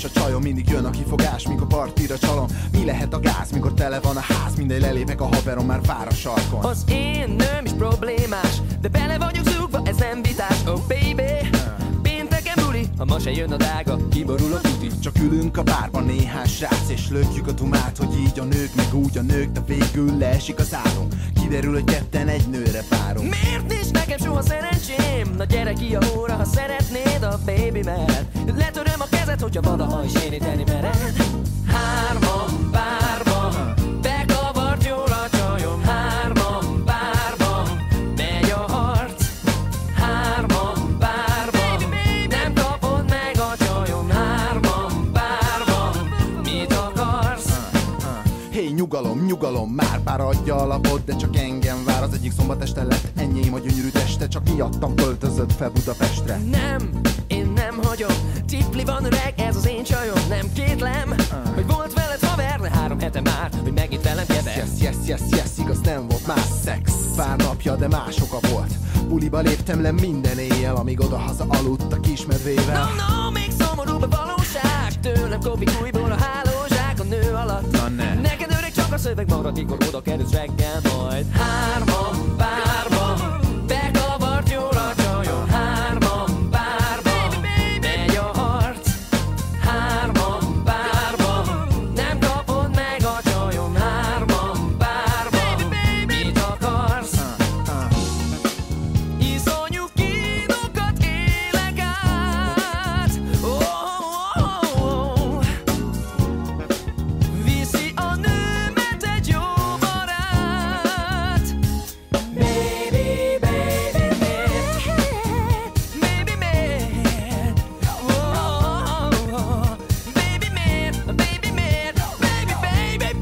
a csajom, mindig jön a kifogás, mikor partira csalom. Mi lehet a gáz, mikor tele van a ház? Mindegy, lelépek a haverom, már vár a sarkon. Az én nőm is problémás, de bele vagyok zúgva, ez nem vitás. Oh baby, pénteken buli, ha ma se jön a dága, kiborul a tuti. Csak ülünk a bárban néhány srác, és lökjük a dumát, hogy így a nők, meg úgy a nők, de végül leesik az álom. Kiderül, hogy ketten egy nőre várunk. Miért nincs nekem soha szerencsém? Na gyere ki a óra, ha szeretnéd a baby, mert letöröm a kezed, hogyha valaha is éníteni mered. Hárman bárban, bekavart jól a csajom. Hárman bárban, megy a harc. Hárman bárban, nem kapod meg a csajom. Hárman bárban, mit akarsz? Hé, nyugalom, nyugalom, már pár adja a lapot, de csak engem vár. Az egyik szombat este lett, enyém a gyönyörű teste, csak miattam költözött fel Budapestre. Nem, én nem hagyom, tipli van öreg, ez az én csajom. Nem kétlem, hogy volt veled haver, de 3 hete már, hogy megint velem kever. Yes, igaz, nem volt más szex. Pár napja, de más oka volt. Buliba léptem le minden éjjel, amíg odahaza aludt a kismedvével. No, még szomorúbb a valóság, tőlem kopik újból a hálózsák a nő alatt. Na ne. Neked öreg csak a szöveg marad, mikor oda kerülsz reggel majd. Hárman bárban, bekavart jól a csajom. Hárman bárban, megy a harc. Hárman bárban, nem kapod meg a csajom. Hárman bárban, mit akarsz? Iszonyú kínokat élek át. Viszi a nőmet egy jó barát. Baby, baby, baby, miért? Baby, miért? Baby, miért? Baby, baby,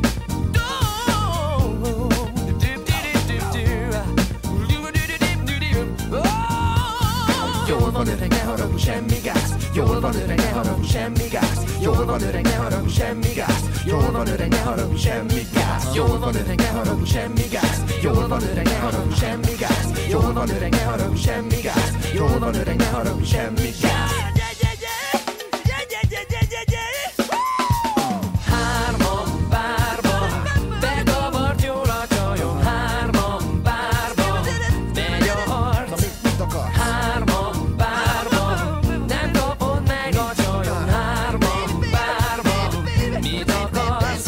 jól van öreg, ne haragudj, semmi gáz. Jól van öreg, ne haragudj, semmi gáz. Jól van öreg, ne haragudj, semmi gáz. Jól van öreg, ne haragudj, semmi gáz. Jól van öreg, ne haragudj, semmi gáz. Jól van öreg, ne haragudj, semmi gáz. Jól van öreg, ne haragudj, semmi gáz. Jól van öreg, ne haragudj, semmi gáz. Hárman bárban, bekavart jól a csajom. Hárman bárban, megy a harc. Mit akar? Hárman bárban, nem kapod meg a csajom. Hárman bárban, mit akarsz?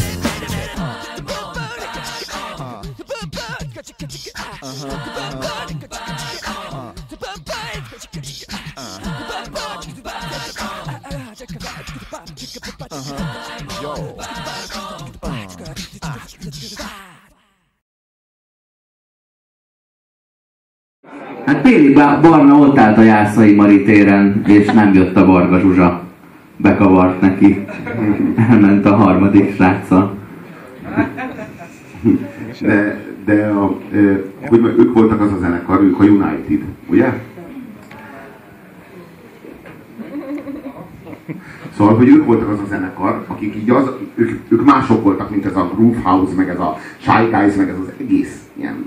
Jó. Hát Péli Barna ott állt a Jászai Mari téren, és nem jött a Varga Zsuzsa. Bekavart neki. Elment a harmadik sráccal. De hogy ők voltak az a zenekar, ők a United, ugye? Szóval, hogy ők voltak az a zenekar, akik így ők mások voltak, mint ez a Groove House, meg ez a Shy Guys, meg ez az egész ilyen...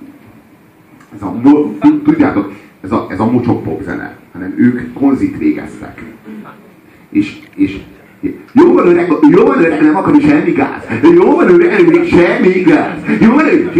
tudjátok, ez a mocsok pop zene, hanem ők konzit végeztek. És jó van öreg, nem akarom semmi gáz. Jó van öreg, semmi gáz. Jó van öreg,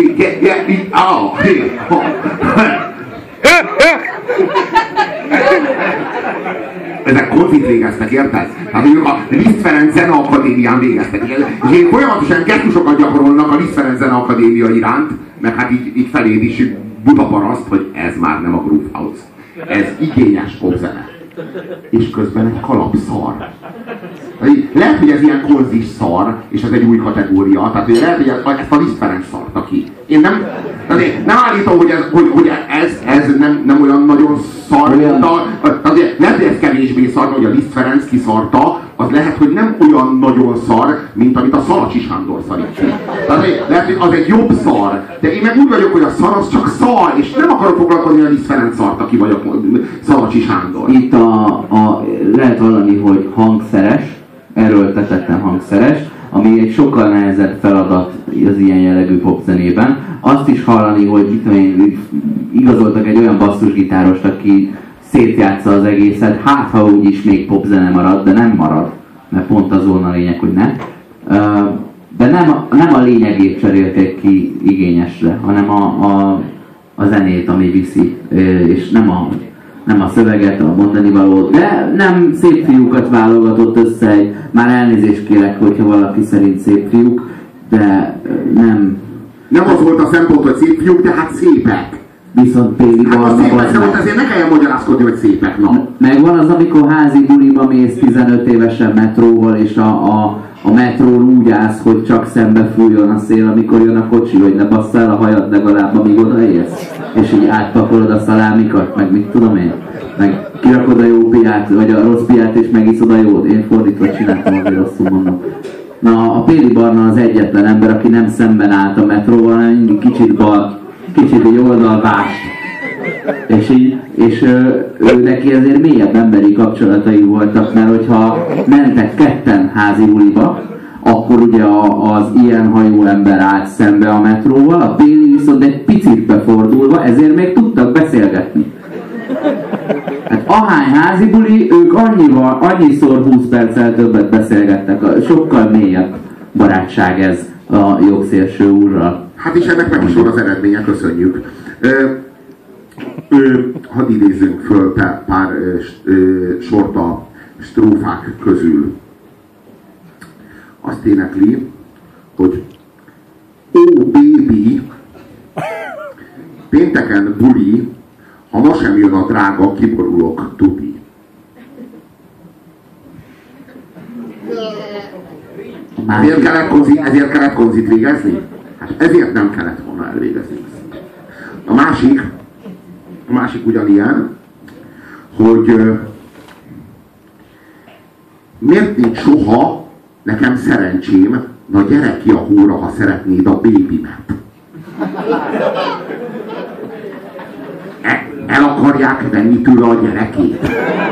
ezek konzit végeztek, érted? Hát ők a Liszt Ferenc Zene Akadémián végeztek. És én folyamatosan gesztusokat gyakorolnak a Liszt Ferenc Zene Akadémia iránt, meg hát így feléd is Budaparaszt, hogy ez már nem a Groove House. Ez igényes popzene. És közben egy kalapszar. Lehet, hogy ez ilyen konzis szar, és ez egy új kategória. Tehát hogy lehet, hogy ezt a Liszt Ferenc szarta ki. Én nem állítom, hogy ez nem olyan nagyon szar, mint lehet, hogy ez kevésbé szar, hogy a Liszt Ferenc kiszarta, az lehet, hogy nem olyan nagyon szar, mint amit a Szalacsi Sándor szarít ki. Lehet, hogy az egy jobb szar, de én meg úgy vagyok, hogy a szar az csak szar, és nem akarok foglalkozni, hogy a Liszt Ferenc szarta ki, vagy a Szalacsi Sándor. Itt lehet valami, hogy hangszeres, erőltetetten hangszeres, ami egy sokkal nehezebb feladat az ilyen jellegű popzenében. Azt is hallani, hogy igazoltak egy olyan basszusgitárost, aki szétjátsza az egészet, hát ha úgyis még popzene marad, de nem marad. mert pont az volna a lényeg, hogy ne. De nem a lényegét cserélték ki igényesre, hanem a zenét, ami viszi, és nem a szöveget, a mondani valót, de nem szép fiúkat válogatott össze, már elnézést kérek, hogyha valaki szerint szép fiúk, de nem... Nem az volt a szempont, hogy szép fiúk, de hát szépek. Viszont Péli Barna... Hát a szépek, de most azért ne kelljen magyarázkodni, hogy szépek, na. Megvan az, amikor házi buliba mész 15 évesen metróval, és a metrón úgy állsz, hogy csak szembe fújjon a szél, amikor jön a kocsi, hogy ne bassza el a hajad legalább, amíg odaérsz. És így átpakolod a szalámikat, meg mit tudom én. Meg kirakod a jó piát, vagy a rossz piát, és megiszod a jót. Én fordítva csináltam, azért rosszul mondom. Na, a Péli Barna az egyetlen ember, aki nem szemben állt a metróval, hanem mindig kicsit egy oldalvást. És ő neki azért mélyebb emberi kapcsolatai voltak, mert hogyha mentek ketten házi buliba, akkor ugye az ilyen hajú ember állt szembe a metróval, a Péli viszont egy picit befordulva, ezért még tudtak beszélgetni. Hát ahány házi buli, ők annyiszor 20 perccel többet beszélgettek, sokkal mélyebb barátság ez a jogszélső úrral. Hát és ennek meg is van az eredménye, köszönjük. Hadd idézzünk föl pár sort a strófák közül. Azt énekli, hogy ó, baby, pénteken buli, ha ma sem jön a drága, kiborulok, tuti. Ezért kellett konzit végezni? Hát ezért nem kellett volna elvégezni. A másik ugyanilyen, hogy miért nincs soha nekem szerencsém, na gyere ki a hóra, ha szeretnéd a bébimet. El akarják venni tőle a gyerekét.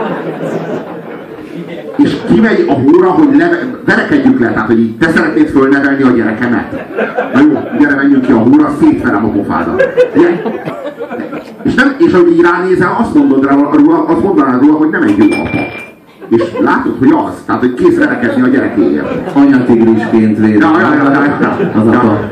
És kimegy a hóra, hogy verekedjük le, tehát hogy így, te szeretnéd fölnevelni a gyerekemet. Na jó, gyere, menjünk ki a hóra, szétverem a pofádat. És ahogy így ránézel, azt mondanád róla, hogy nem egy jó apa. És látod, hogy az, tehát hogy kész verekedni a gyerekéért. Anyatigrisként véd. Az apa.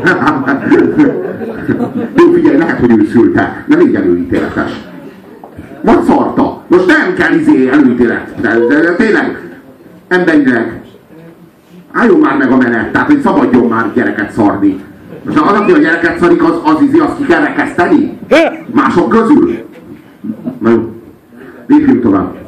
Jó, figyelj, lehet, hogy ő szülte. Nem így előítéletes. Vagy szarta. Most nem kell előítélet. De tényleg, emberileg. Álljon már meg a menet, tehát hogy szabadjon már gyereket szarni. Most az, aki a gyereket szarik, az ki kell rekeszteni? Mások közül? Na jó, lépjünk tovább.